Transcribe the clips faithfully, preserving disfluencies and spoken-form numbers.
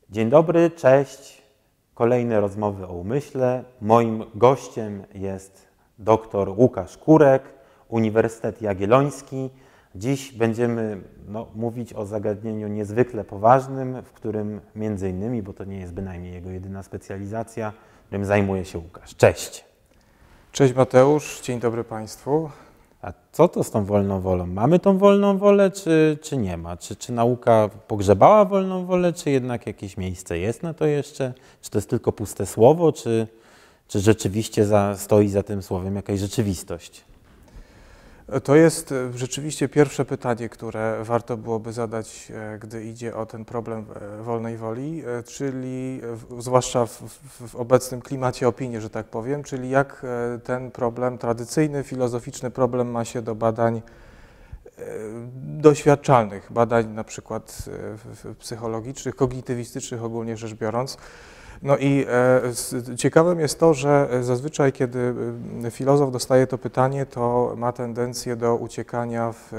Dzień dobry, cześć. Kolejne rozmowy o umyśle. Moim gościem jest dr Łukasz Kurek, Uniwersytet Jagielloński. Dziś będziemy no, mówić o zagadnieniu niezwykle poważnym, w którym między innymi, bo to nie jest bynajmniej jego jedyna specjalizacja, którym zajmuje się Łukasz. Cześć. Cześć Mateusz, dzień dobry Państwu. A co to z tą wolną wolą? Mamy tą wolną wolę, czy, czy nie ma? Czy, czy nauka pogrzebała wolną wolę, czy jednak jakieś miejsce jest na to jeszcze? Czy to jest tylko puste słowo, czy, czy rzeczywiście za, stoi za tym słowem jakaś rzeczywistość? To jest rzeczywiście pierwsze pytanie, które warto byłoby zadać, gdy idzie o ten problem wolnej woli, czyli zwłaszcza w, w, w obecnym klimacie opinii, że tak powiem, czyli jak ten problem, tradycyjny, filozoficzny problem ma się do badań doświadczalnych, badań na przykład psychologicznych, kognitywistycznych ogólnie rzecz biorąc. No i e, ciekawym jest to, że zazwyczaj, kiedy filozof dostaje to pytanie, to ma tendencję do uciekania w,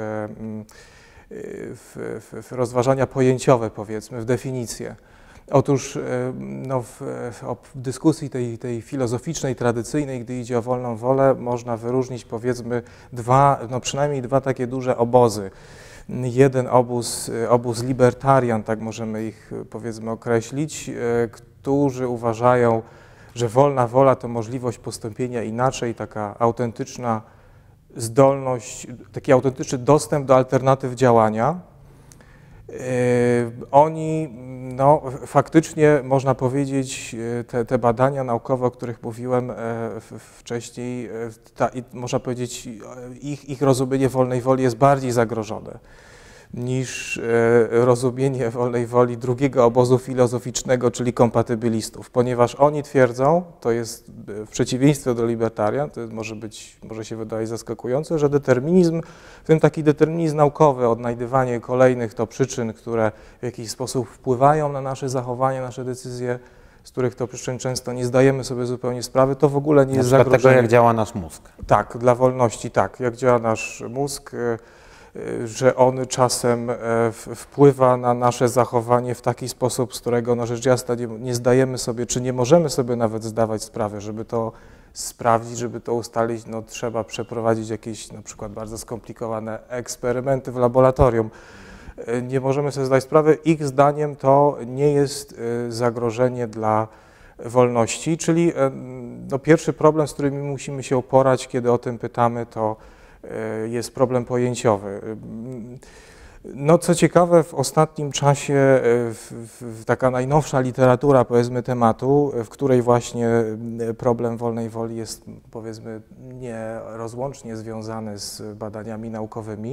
w, w rozważania pojęciowe, powiedzmy, w definicje. Otóż no, w, w dyskusji tej, tej filozoficznej, tradycyjnej, gdy idzie o wolną wolę, można wyróżnić, powiedzmy, dwa, no przynajmniej dwa takie duże obozy. Jeden obóz, obóz libertarian, tak możemy ich, powiedzmy, określić, którzy uważają, że wolna wola to możliwość postąpienia inaczej, taka autentyczna zdolność, taki autentyczny dostęp do alternatyw działania. Yy, oni, no, faktycznie można powiedzieć, te, te badania naukowe, o których mówiłem e, wcześniej, ta, można powiedzieć, ich, ich rozumienie wolnej woli jest bardziej zagrożone niż e, rozumienie wolnej woli drugiego obozu filozoficznego, czyli kompatybilistów, ponieważ oni twierdzą, to jest w przeciwieństwie do libertarian, to może być, może się wydaje zaskakujące, że determinizm, w tym taki determinizm naukowy, odnajdywanie kolejnych to przyczyn, które w jakiś sposób wpływają na nasze zachowanie, nasze decyzje, z których to przyczyn często nie zdajemy sobie zupełnie sprawy, to w ogóle nie jest zagrożenie. Tego, jak działa nasz mózg. Tak, dla wolności, tak, jak działa nasz mózg, że on czasem wpływa na nasze zachowanie w taki sposób, z którego no rzecz jasna nie, nie zdajemy sobie, czy nie możemy sobie nawet zdawać sprawy. Żeby to sprawdzić, żeby to ustalić, no trzeba przeprowadzić jakieś na przykład bardzo skomplikowane eksperymenty w laboratorium. Nie możemy sobie zdać sprawy. Ich zdaniem to nie jest zagrożenie dla wolności, czyli no pierwszy problem, z którym musimy się uporać, kiedy o tym pytamy, to jest problem pojęciowy. No co ciekawe, w ostatnim czasie w, w, taka najnowsza literatura, powiedzmy, tematu, w której właśnie problem wolnej woli jest, powiedzmy, nierozłącznie związany z badaniami naukowymi,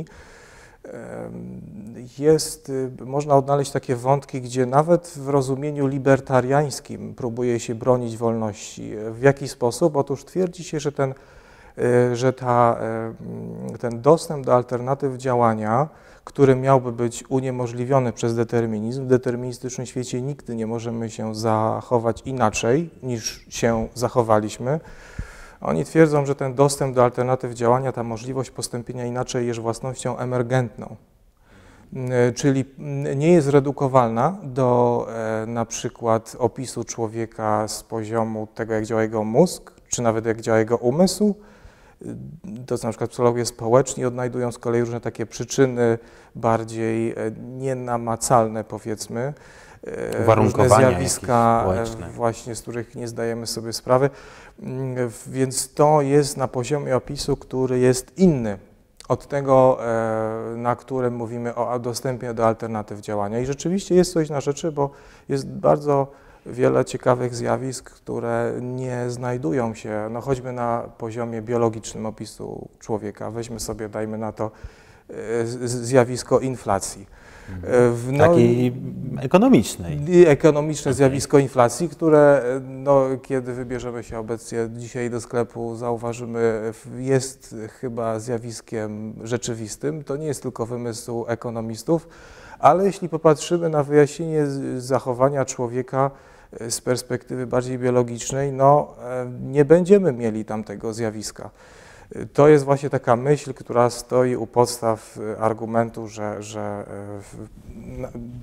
jest, można odnaleźć takie wątki, gdzie nawet w rozumieniu libertariańskim próbuje się bronić wolności. W jaki sposób? Otóż twierdzi się, że ten że ta, ten dostęp do alternatyw działania, który miałby być uniemożliwiony przez determinizm, w deterministycznym świecie nigdy nie możemy się zachować inaczej, niż się zachowaliśmy. Oni twierdzą, że ten dostęp do alternatyw działania, ta możliwość postąpienia inaczej jest własnością emergentną, czyli nie jest redukowalna do na przykład opisu człowieka z poziomu tego, jak działa jego mózg, czy nawet jak działa jego umysł. To na przykład psychologowie społeczni odnajdują z kolei różne takie przyczyny bardziej nienamacalne, powiedzmy, różne zjawiska właśnie, z których nie zdajemy sobie sprawy, więc to jest na poziomie opisu, który jest inny od tego, na którym mówimy o dostępie do alternatyw działania. I rzeczywiście jest coś na rzeczy, bo jest bardzo wiele ciekawych zjawisk, które nie znajdują się, no choćby na poziomie biologicznym opisu człowieka. Weźmy sobie, dajmy na to, zjawisko inflacji. No, takiej ekonomicznej. Ekonomiczne zjawisko inflacji, które no, kiedy wybierzemy się obecnie dzisiaj do sklepu, zauważymy, jest chyba zjawiskiem rzeczywistym. To nie jest tylko wymysł ekonomistów, ale jeśli popatrzymy na wyjaśnienie zachowania człowieka z perspektywy bardziej biologicznej, no nie będziemy mieli tamtego zjawiska. To jest właśnie taka myśl, która stoi u podstaw argumentu, że, że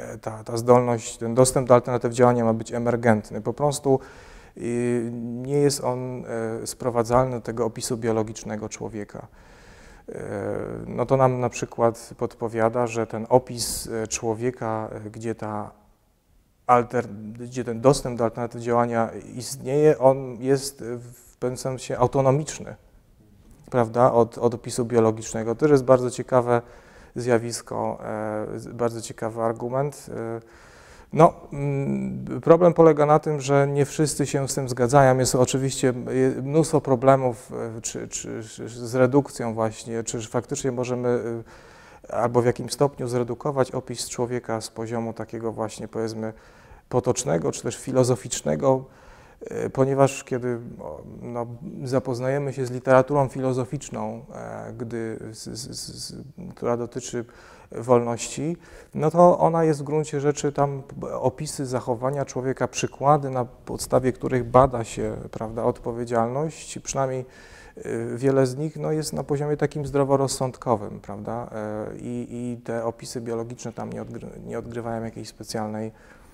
ta, ta zdolność, ten dostęp do alternatyw działania ma być emergentny. Po prostu nie jest on sprowadzalny do tego opisu biologicznego człowieka. No to nam na przykład podpowiada, że ten opis człowieka, gdzie, ta alter, gdzie ten dostęp do alternatyw działania istnieje, on jest w pewnym sensie autonomiczny, prawda, od, od opisu biologicznego. To też jest bardzo ciekawe zjawisko, bardzo ciekawy argument. No, problem polega na tym, że nie wszyscy się z tym zgadzają. Jest oczywiście mnóstwo problemów czy, czy, czy z redukcją właśnie, czy faktycznie możemy albo w jakim stopniu zredukować opis człowieka z poziomu takiego właśnie, powiedzmy, potocznego, czy też filozoficznego, ponieważ kiedy no, zapoznajemy się z literaturą filozoficzną, gdy, z, z, z, która dotyczy wolności, no to ona jest w gruncie rzeczy tam opisy zachowania człowieka, przykłady, na podstawie których bada się, prawda, odpowiedzialność, przynajmniej wiele z nich no, jest na poziomie takim zdroworozsądkowym, prawda, i, i te opisy biologiczne tam nie, odgry, nie odgrywają jakiejś specjalnej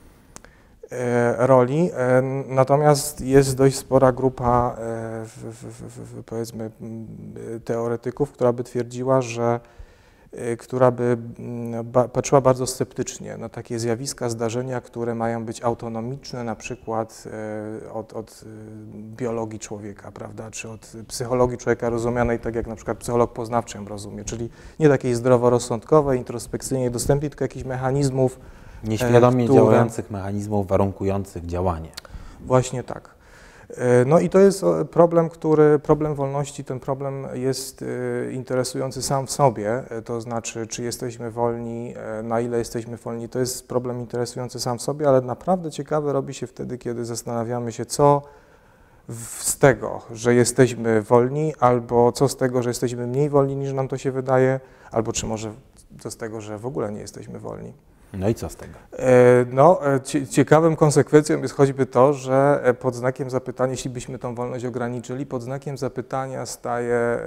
roli, natomiast jest dość spora grupa, w, w, w, powiedzmy, teoretyków, która by twierdziła, że która by patrzyła bardzo sceptycznie na takie zjawiska, zdarzenia, które mają być autonomiczne na przykład od, od biologii człowieka, prawda, czy od psychologii człowieka rozumianej tak, jak na przykład psycholog poznawczy ją rozumie, czyli nie takiej zdroworozsądkowej, introspekcyjnej dostępnej, tylko jakichś mechanizmów nieświadomie które... działających mechanizmów warunkujących działanie. Właśnie tak. No i to jest problem, który, problem wolności, ten problem jest interesujący sam w sobie, to znaczy, czy jesteśmy wolni, na ile jesteśmy wolni, to jest problem interesujący sam w sobie, ale naprawdę ciekawe robi się wtedy, kiedy zastanawiamy się, co z tego, że jesteśmy wolni, albo co z tego, że jesteśmy mniej wolni, niż nam to się wydaje, albo czy może co z tego, że w ogóle nie jesteśmy wolni. No i co z tego? No, ciekawą konsekwencją jest choćby to, że pod znakiem zapytania, jeśli byśmy tą wolność ograniczyli, pod znakiem zapytania staje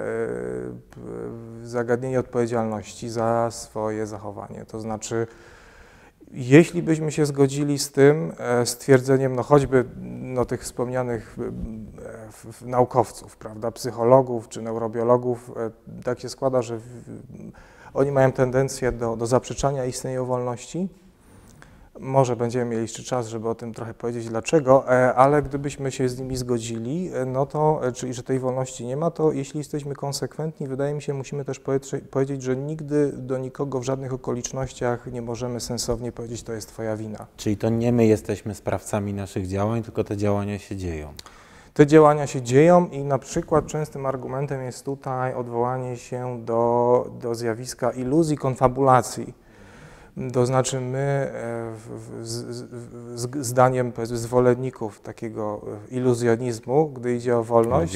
zagadnienie odpowiedzialności za swoje zachowanie. To znaczy, jeśli byśmy się zgodzili z tym stwierdzeniem, no choćby no, tych wspomnianych naukowców, prawda, psychologów czy neurobiologów, tak się składa, że oni mają tendencję do, do zaprzeczania istnienia wolności. Może będziemy mieli jeszcze czas, żeby o tym trochę powiedzieć dlaczego, ale gdybyśmy się z nimi zgodzili, no to, czyli że tej wolności nie ma, to jeśli jesteśmy konsekwentni, wydaje mi się, musimy też powiedzieć, że nigdy do nikogo w żadnych okolicznościach nie możemy sensownie powiedzieć, to jest twoja wina. Czyli to nie my jesteśmy sprawcami naszych działań, tylko te działania się dzieją. Te działania się dzieją i na przykład częstym argumentem jest tutaj odwołanie się do, do zjawiska iluzji konfabulacji. To znaczy my z, z, z, zdaniem powiedzmy, zwolenników takiego iluzjonizmu, gdy idzie o wolność,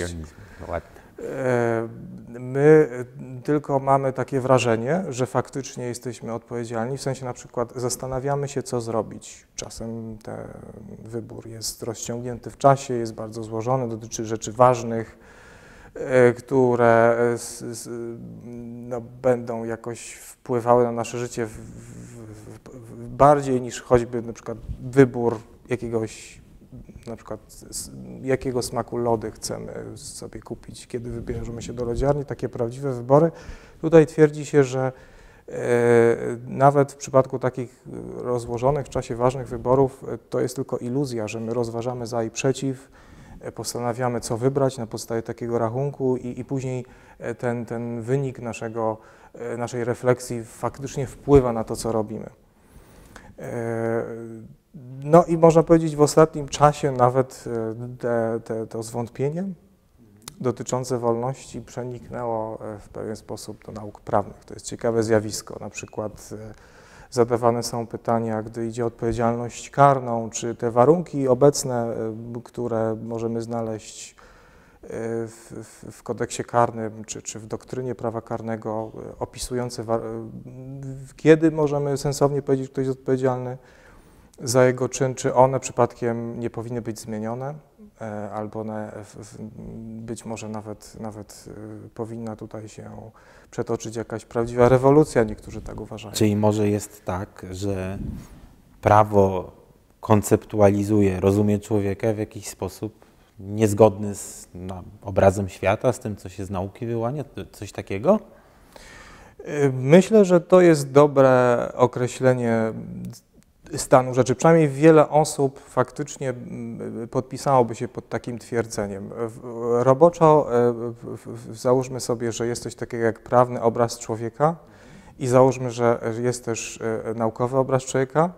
my tylko mamy takie wrażenie, że faktycznie jesteśmy odpowiedzialni, w sensie na przykład zastanawiamy się, co zrobić. Czasem ten wybór jest rozciągnięty w czasie, jest bardzo złożony, dotyczy rzeczy ważnych, które no, będą jakoś wpływały na nasze życie w, w, w, bardziej niż choćby na przykład wybór jakiegoś, na przykład jakiego smaku lody chcemy sobie kupić, kiedy wybierzemy się do lodziarni, takie prawdziwe wybory. Tutaj twierdzi się, że e, nawet w przypadku takich rozłożonych w czasie ważnych wyborów to jest tylko iluzja, że my rozważamy za i przeciw, postanawiamy, co wybrać na podstawie takiego rachunku i, i później ten, ten wynik naszego, naszej refleksji faktycznie wpływa na to, co robimy. No i można powiedzieć, w ostatnim czasie nawet te, te, to zwątpienie dotyczące wolności przeniknęło w pewien sposób do nauk prawnych. To jest ciekawe zjawisko. Na przykład zadawane są pytania, gdy idzie o odpowiedzialność karną, czy te warunki obecne, które możemy znaleźć w, w, w kodeksie karnym, czy, czy w doktrynie prawa karnego opisujące, kiedy możemy sensownie powiedzieć, że ktoś jest odpowiedzialny za jego czyn, czy one przypadkiem nie powinny być zmienione, albo one być może nawet, nawet powinna tutaj się przetoczyć jakaś prawdziwa rewolucja, niektórzy tak uważają. Czyli może jest tak, że prawo konceptualizuje, rozumie człowieka w jakiś sposób niezgodny z no, obrazem świata, z tym, co się z nauki wyłania? Coś takiego? Myślę, że to jest dobre określenie stanu rzeczy. Przynajmniej wiele osób faktycznie podpisałoby się pod takim twierdzeniem. Roboczo załóżmy sobie, że jest coś takiego jak prawny obraz człowieka i załóżmy, że jest też naukowy obraz człowieka.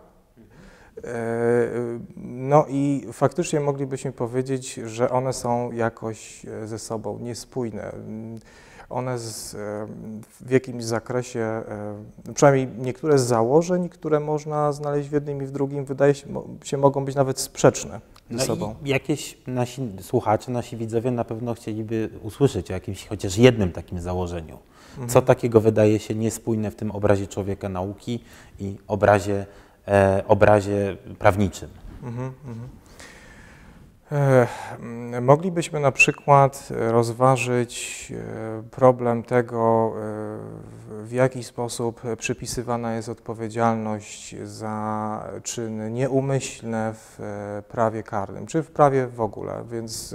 No i faktycznie moglibyśmy powiedzieć, że one są jakoś ze sobą niespójne. One z, w jakimś zakresie, przynajmniej niektóre z założeń, które można znaleźć w jednym i w drugim, wydaje się, się mogą być nawet sprzeczne ze no sobą. I jakieś nasi słuchacze, nasi widzowie na pewno chcieliby usłyszeć o jakimś chociaż jednym takim założeniu. Mhm. Co takiego wydaje się niespójne w tym obrazie człowieka nauki i obrazie, e, obrazie prawniczym? Mhm, mhm. Moglibyśmy na przykład rozważyć problem tego, w jaki sposób przypisywana jest odpowiedzialność za czyny nieumyślne w prawie karnym, czy w prawie w ogóle, więc...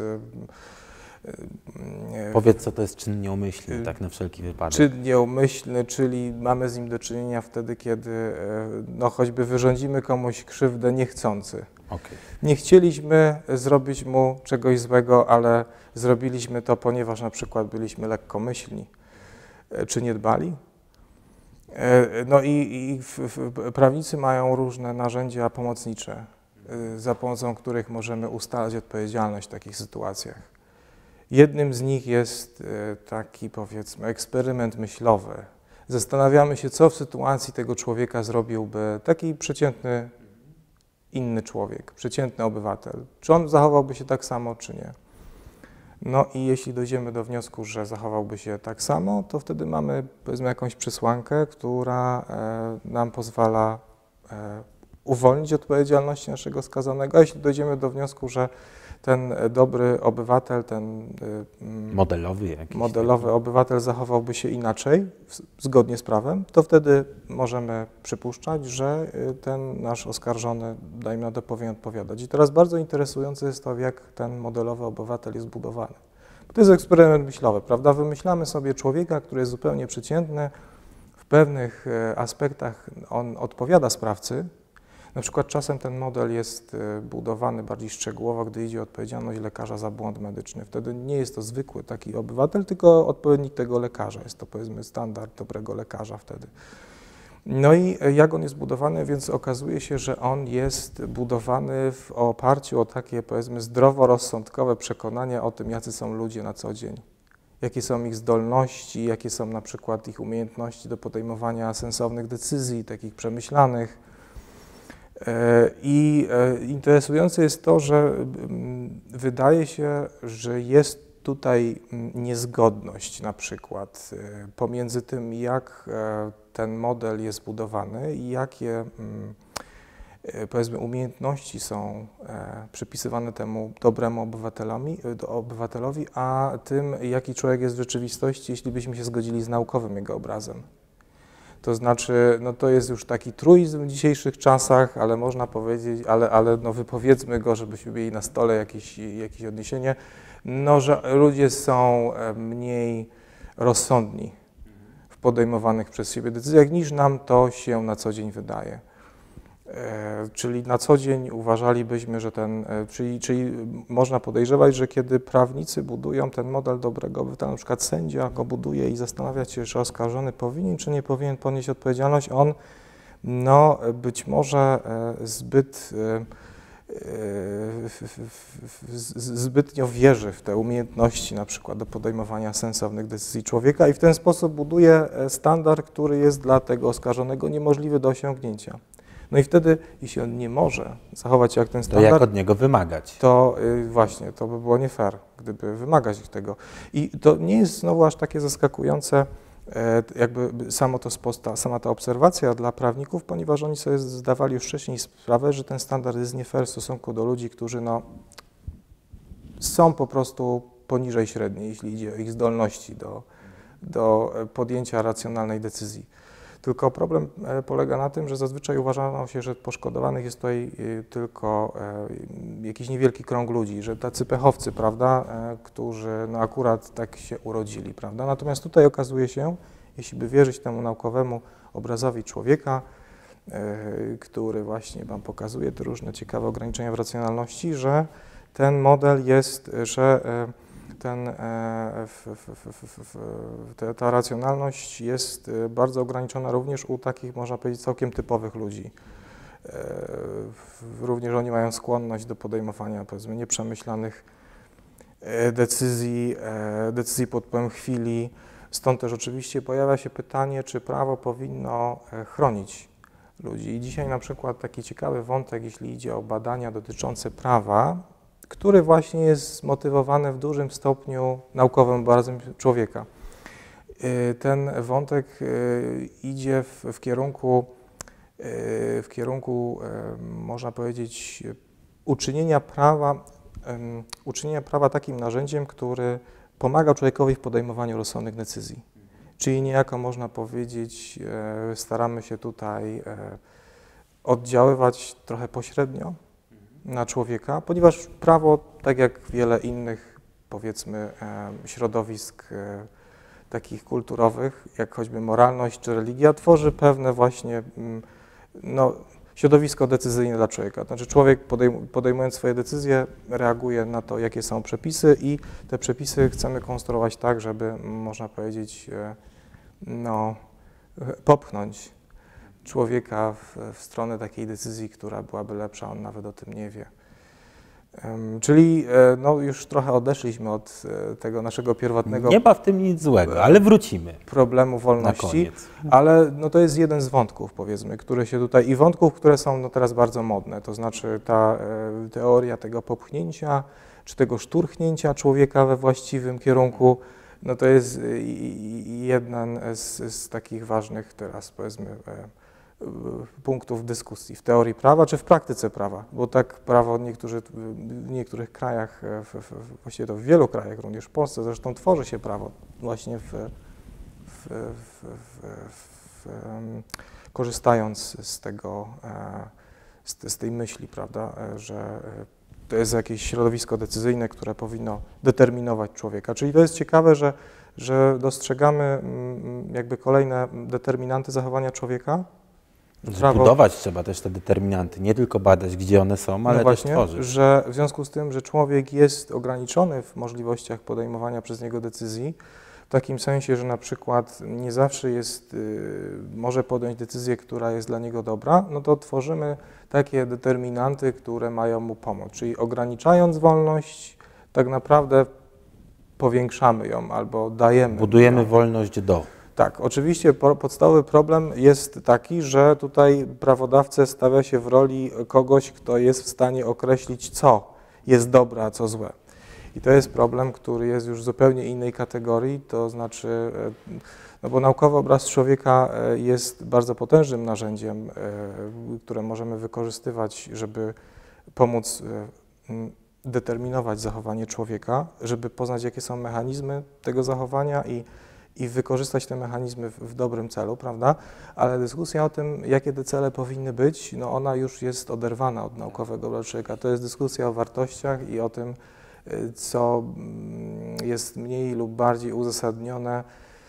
Powiedz, co to jest czyn nieumyślny, tak na wszelki wypadek. Czyn nieumyślny, czyli mamy z nim do czynienia wtedy, kiedy no, choćby wyrządzimy komuś krzywdę niechcący. Okay. Nie chcieliśmy zrobić mu czegoś złego, ale zrobiliśmy to, ponieważ na przykład byliśmy lekkomyślni, czy nie dbali. No i, i w, w, prawnicy mają różne narzędzia pomocnicze, za pomocą których możemy ustalać odpowiedzialność w takich sytuacjach. Jednym z nich jest taki, powiedzmy, eksperyment myślowy. Zastanawiamy się, co w sytuacji tego człowieka zrobiłby taki przeciętny inny człowiek, przeciętny obywatel. Czy on zachowałby się tak samo, czy nie? No i jeśli dojdziemy do wniosku, że zachowałby się tak samo, to wtedy mamy, powiedzmy, jakąś przesłankę, która e, nam pozwala e, uwolnić odpowiedzialności naszego skazanego, a jeśli dojdziemy do wniosku, że ten dobry obywatel, ten modelowy, jakiś modelowy taki. obywatel zachowałby się inaczej, zgodnie z prawem, to wtedy możemy przypuszczać, że ten nasz oskarżony, dajmy na to, powinien odpowiadać. I teraz bardzo interesujące jest to, jak ten modelowy obywatel jest budowany. To jest eksperyment myślowy, prawda? Wymyślamy sobie człowieka, który jest zupełnie przeciętny, w pewnych aspektach on odpowiada sprawcy. Na przykład czasem ten model jest budowany bardziej szczegółowo, gdy idzie o odpowiedzialność lekarza za błąd medyczny. Wtedy nie jest to zwykły taki obywatel, tylko odpowiednik tego lekarza. Jest to, powiedzmy, standard dobrego lekarza wtedy. No i jak on jest budowany, więc okazuje się, że on jest budowany w oparciu o takie, powiedzmy, zdroworozsądkowe przekonania o tym, jacy są ludzie na co dzień. Jakie są ich zdolności, jakie są na przykład ich umiejętności do podejmowania sensownych decyzji, takich przemyślanych. I interesujące jest to, że wydaje się, że jest tutaj niezgodność na przykład pomiędzy tym, jak ten model jest budowany i jakie, powiedzmy, umiejętności są przypisywane temu dobremu obywatelowi, obywatelowi, a tym, jaki człowiek jest w rzeczywistości, jeśli byśmy się zgodzili z naukowym jego obrazem. To znaczy, no to jest już taki truizm w dzisiejszych czasach, ale można powiedzieć, ale, ale no wypowiedzmy go, żebyśmy mieli na stole jakieś, jakieś odniesienie, no, że ludzie są mniej rozsądni w podejmowanych przez siebie decyzjach, niż nam to się na co dzień wydaje. E, czyli na co dzień uważalibyśmy, że ten, e, czyli, czyli można podejrzewać, że kiedy prawnicy budują ten model dobrego obywatela, na przykład sędzia go buduje i zastanawia się, czy oskarżony powinien, czy nie powinien ponieść odpowiedzialność, on no, być może e, zbyt, e, w, w, w, zbytnio wierzy w te umiejętności na przykład do podejmowania sensownych decyzji człowieka i w ten sposób buduje standard, który jest dla tego oskarżonego niemożliwy do osiągnięcia. No i wtedy, jeśli on nie może zachować się jak ten standard, to jak od niego wymagać? To y, właśnie, to by było nie fair, gdyby wymagać tego. I to nie jest znowu aż takie zaskakujące, e, jakby samo to sposta, sama ta obserwacja dla prawników, ponieważ oni sobie zdawali już wcześniej sprawę, że ten standard jest nie fair w stosunku do ludzi, którzy no, są po prostu poniżej średniej, jeśli idzie o ich zdolności do, do podjęcia racjonalnej decyzji. Tylko problem polega na tym, że zazwyczaj uważano się, że poszkodowanych jest tutaj tylko jakiś niewielki krąg ludzi, że tacy pechowcy, prawda, którzy no akurat tak się urodzili, prawda. Natomiast tutaj okazuje się, jeśli by wierzyć temu naukowemu obrazowi człowieka, który właśnie Wam pokazuje te różne ciekawe ograniczenia w racjonalności, że ten model jest, że ten, w, w, w, w, te, ta racjonalność jest bardzo ograniczona również u takich, można powiedzieć, całkiem typowych ludzi. Również oni mają skłonność do podejmowania, powiedzmy, nieprzemyślanych decyzji, decyzji pod wpływem chwili. Stąd też oczywiście pojawia się pytanie, czy prawo powinno chronić ludzi. I dzisiaj na przykład taki ciekawy wątek, jeśli idzie o badania dotyczące prawa, który właśnie jest zmotywowany w dużym stopniu naukowym obrazem człowieka. Ten wątek idzie w, w kierunku, w kierunku, można powiedzieć, uczynienia prawa, uczynienia prawa takim narzędziem, który pomaga człowiekowi w podejmowaniu rozsądnych decyzji. Czyli niejako można powiedzieć, staramy się tutaj oddziaływać trochę pośrednio na człowieka, ponieważ prawo, tak jak wiele innych, powiedzmy, środowisk takich kulturowych, jak choćby moralność czy religia, tworzy pewne właśnie no, środowisko decyzyjne dla człowieka. Znaczy człowiek podejmując swoje decyzje reaguje na to, jakie są przepisy i te przepisy chcemy konstruować tak, żeby, można powiedzieć, no, popchnąć człowieka w, w stronę takiej decyzji, która byłaby lepsza, on nawet o tym nie wie. Um, czyli no, już trochę odeszliśmy od tego naszego pierwotnego... Nie ma w tym nic złego, ale wrócimy. ...problemu wolności, ale no, to jest jeden z wątków, powiedzmy, które się tutaj... i wątków, które są no, teraz bardzo modne, to znaczy ta e, teoria tego popchnięcia, czy tego szturchnięcia człowieka we właściwym kierunku, no to jest jeden z, z takich ważnych teraz, powiedzmy, e, punktów dyskusji w teorii prawa czy w praktyce prawa, bo tak prawo niektórzy, w niektórych krajach, w, w, właściwie to w wielu krajach, również w Polsce zresztą tworzy się prawo właśnie w, w, w, w, w, korzystając z tego, z, z tej myśli, prawda, że to jest jakieś środowisko decyzyjne, które powinno determinować człowieka. Czyli to jest ciekawe, że, że dostrzegamy jakby kolejne determinanty zachowania człowieka. Prawo, budować trzeba też te determinanty, nie tylko badać, gdzie one są, ale no właśnie, też tworzyć. Że w związku z tym, że człowiek jest ograniczony w możliwościach podejmowania przez niego decyzji, w takim sensie, że na przykład nie zawsze jest, y, może podjąć decyzję, która jest dla niego dobra, no to tworzymy takie determinanty, które mają mu pomóc. Czyli ograniczając wolność, tak naprawdę powiększamy ją albo dajemy. Budujemy ją. wolność do. Tak, oczywiście podstawowy problem jest taki, że tutaj prawodawca stawia się w roli kogoś, kto jest w stanie określić, co jest dobre, a co złe. I to jest problem, który jest już w zupełnie innej kategorii, to znaczy, no bo naukowy obraz człowieka jest bardzo potężnym narzędziem, które możemy wykorzystywać, żeby pomóc determinować zachowanie człowieka, żeby poznać, jakie są mechanizmy tego zachowania i i wykorzystać te mechanizmy w, w dobrym celu, prawda? Ale dyskusja o tym, jakie te cele powinny być, no ona już jest oderwana od naukowego obrazu człowieka. To jest dyskusja o wartościach i o tym, co jest mniej lub bardziej uzasadnione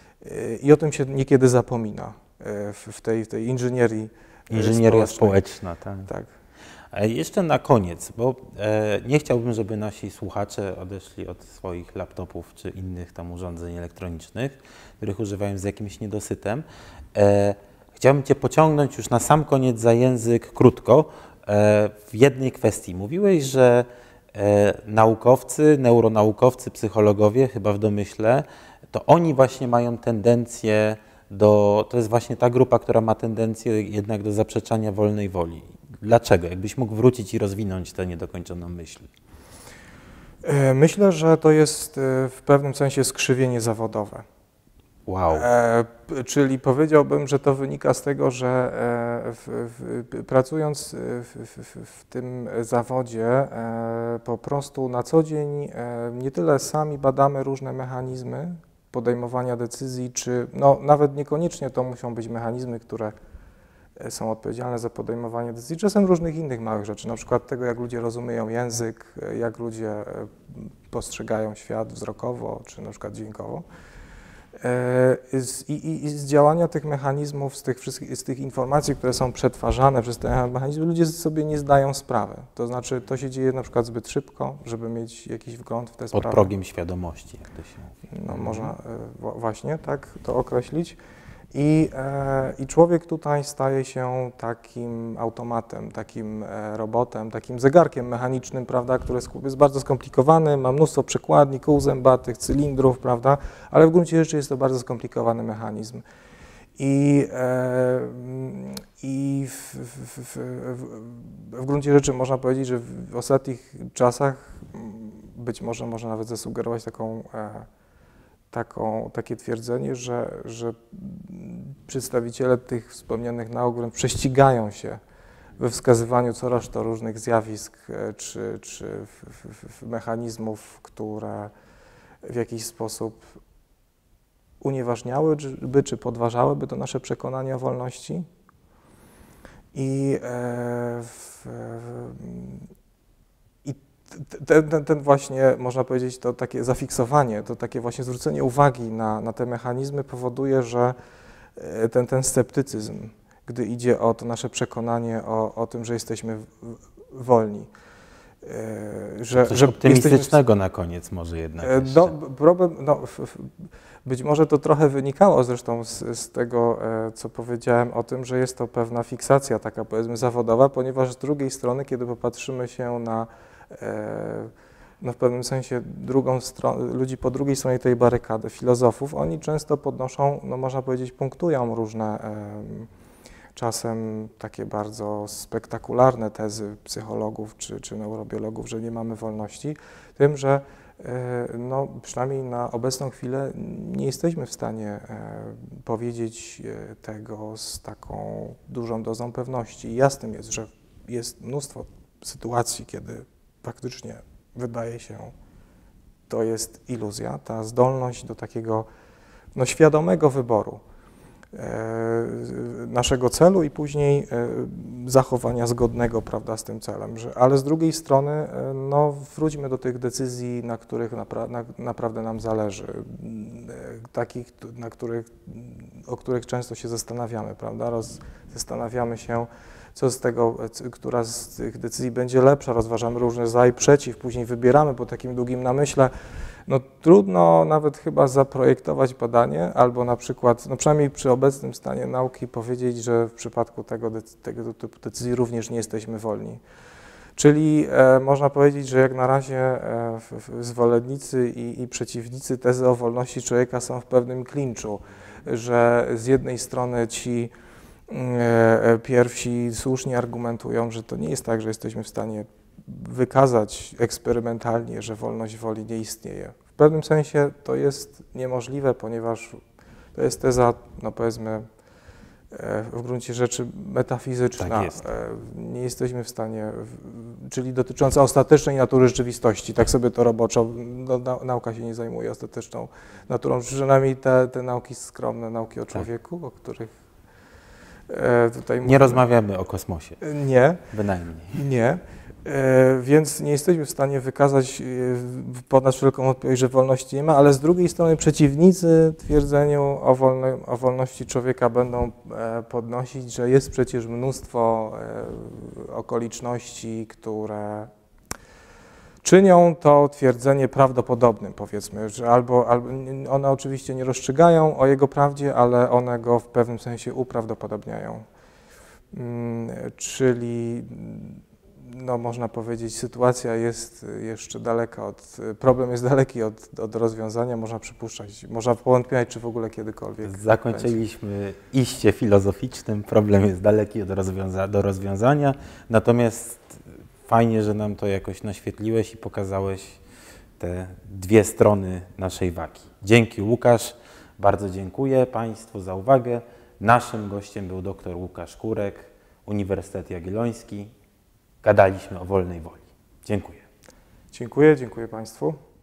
i o tym się niekiedy zapomina w tej, w tej inżynierii Inżynieria społeczna, tak. tak. Jeszcze na koniec, bo e, nie chciałbym, żeby nasi słuchacze odeszli od swoich laptopów czy innych tam urządzeń elektronicznych, których używają z jakimś niedosytem. E, chciałbym Cię pociągnąć już na sam koniec za język krótko e, w jednej kwestii. Mówiłeś, że e, naukowcy, neuronaukowcy, psychologowie, chyba w domyśle, to oni właśnie mają tendencję do, to jest właśnie ta grupa, która ma tendencję jednak do zaprzeczania wolnej woli. Dlaczego? Jakbyś mógł wrócić i rozwinąć tę niedokończoną myśl. Myślę, że to jest w pewnym sensie skrzywienie zawodowe. Wow. E, czyli powiedziałbym, że to wynika z tego, że w, w, pracując w, w, w tym zawodzie e, po prostu na co dzień e, nie tyle sami badamy różne mechanizmy podejmowania decyzji, czy no, nawet niekoniecznie to muszą być mechanizmy, które są odpowiedzialne za podejmowanie decyzji, czasem różnych innych małych rzeczy, na przykład tego, jak ludzie rozumieją język, jak ludzie postrzegają świat wzrokowo, czy na przykład dźwiękowo. I, i, I z działania tych mechanizmów, z tych, wszystkich, z tych informacji, które są przetwarzane przez te mechanizmy, ludzie sobie nie zdają sprawy. To znaczy, to się dzieje na przykład zbyt szybko, żeby mieć jakiś wgląd w te sprawy. Pod progiem świadomości, jak to się mówi. No, można właśnie tak to określić. I, e, I człowiek tutaj staje się takim automatem, takim e, robotem, takim zegarkiem mechanicznym, prawda, który jest, jest bardzo skomplikowany, ma mnóstwo przekładni, kół zębatych, cylindrów, prawda, ale w gruncie rzeczy jest to bardzo skomplikowany mechanizm. I, e, i w, w, w, w, w gruncie rzeczy można powiedzieć, że w ostatnich czasach być może można nawet zasugerować taką e, Taką, takie twierdzenie, że, że przedstawiciele tych wspomnianych nauk wręcz prześcigają się we wskazywaniu coraz to różnych zjawisk czy, czy w, w, w mechanizmów, które w jakiś sposób unieważniałyby czy podważałyby to nasze przekonanie o wolności. I e, w, Ten, ten, ten właśnie, można powiedzieć, to takie zafiksowanie, to takie właśnie zwrócenie uwagi na, na te mechanizmy powoduje, że ten, ten sceptycyzm, gdy idzie o to nasze przekonanie o, o tym, że jesteśmy wolni. Że, Coś że optymistycznego jesteśmy... na koniec może jednak. No, problem, no, być może to trochę wynikało zresztą z, z tego, co powiedziałem o tym, że jest to pewna fiksacja taka, powiedzmy, zawodowa, ponieważ z drugiej strony, kiedy popatrzymy się na no w pewnym sensie drugą stronę, ludzi po drugiej stronie tej barykady, filozofów, oni często podnoszą, no można powiedzieć, punktują różne czasem takie bardzo spektakularne tezy psychologów czy, czy neurobiologów, że nie mamy wolności, tym, że no, przynajmniej na obecną chwilę nie jesteśmy w stanie powiedzieć tego z taką dużą dozą pewności. I jasnym jest, że jest mnóstwo sytuacji, kiedy faktycznie wydaje się, to jest iluzja, ta zdolność do takiego no, świadomego wyboru e, naszego celu i później e, zachowania zgodnego, prawda, z tym celem. Że, ale z drugiej strony, e, no, wróćmy do tych decyzji, na których napra na, naprawdę nam zależy, e, takich, na których, o których często się zastanawiamy, prawda, Roz, zastanawiamy się, co z tego, która z tych decyzji będzie lepsza, rozważamy różne za i przeciw, później wybieramy po takim długim namyśle. No trudno nawet chyba zaprojektować badanie, albo na przykład, no przynajmniej przy obecnym stanie nauki powiedzieć, że w przypadku tego, tego typu decyzji również nie jesteśmy wolni. Czyli e, można powiedzieć, że jak na razie e, zwolennicy i, i przeciwnicy tezy o wolności człowieka są w pewnym klinczu, że z jednej strony ci pierwsi słusznie argumentują, że to nie jest tak, że jesteśmy w stanie wykazać eksperymentalnie, że wolność woli nie istnieje. W pewnym sensie to jest niemożliwe, ponieważ to jest teza, no powiedzmy, w gruncie rzeczy metafizyczna. Tak jest. Nie jesteśmy w stanie, czyli dotycząca ostatecznej natury rzeczywistości, tak sobie to roboczo, no, nauka się nie zajmuje ostateczną naturą, przynajmniej te, te nauki skromne, nauki o człowieku, tak, o których Tutaj nie mówimy. rozmawiamy o kosmosie. Nie. Bynajmniej. Nie. E, więc nie jesteśmy w stanie wykazać e, ponad wszelką wątpliwość, że wolności nie ma, ale z drugiej strony przeciwnicy twierdzeniu o, wolne, o wolności człowieka będą e, podnosić, że jest przecież mnóstwo e, okoliczności, które czynią to twierdzenie prawdopodobnym, powiedzmy, że albo, albo one oczywiście nie rozstrzygają o jego prawdzie, ale one go w pewnym sensie uprawdopodobniają. Hmm, czyli no można powiedzieć, sytuacja jest jeszcze daleka od, problem jest daleki od, od rozwiązania, można przypuszczać, można powątpiać, czy w ogóle kiedykolwiek. Zakończyliśmy będzie. iście filozoficznym, problem jest daleki od rozwiąza do rozwiązania, natomiast fajnie, że nam to jakoś naświetliłeś i pokazałeś te dwie strony naszej wagi. Dzięki, Łukasz, bardzo dziękuję Państwu za uwagę. Naszym gościem był dr Łukasz Kurek, Uniwersytet Jagielloński. Gadaliśmy o wolnej woli. Dziękuję. Dziękuję, dziękuję Państwu.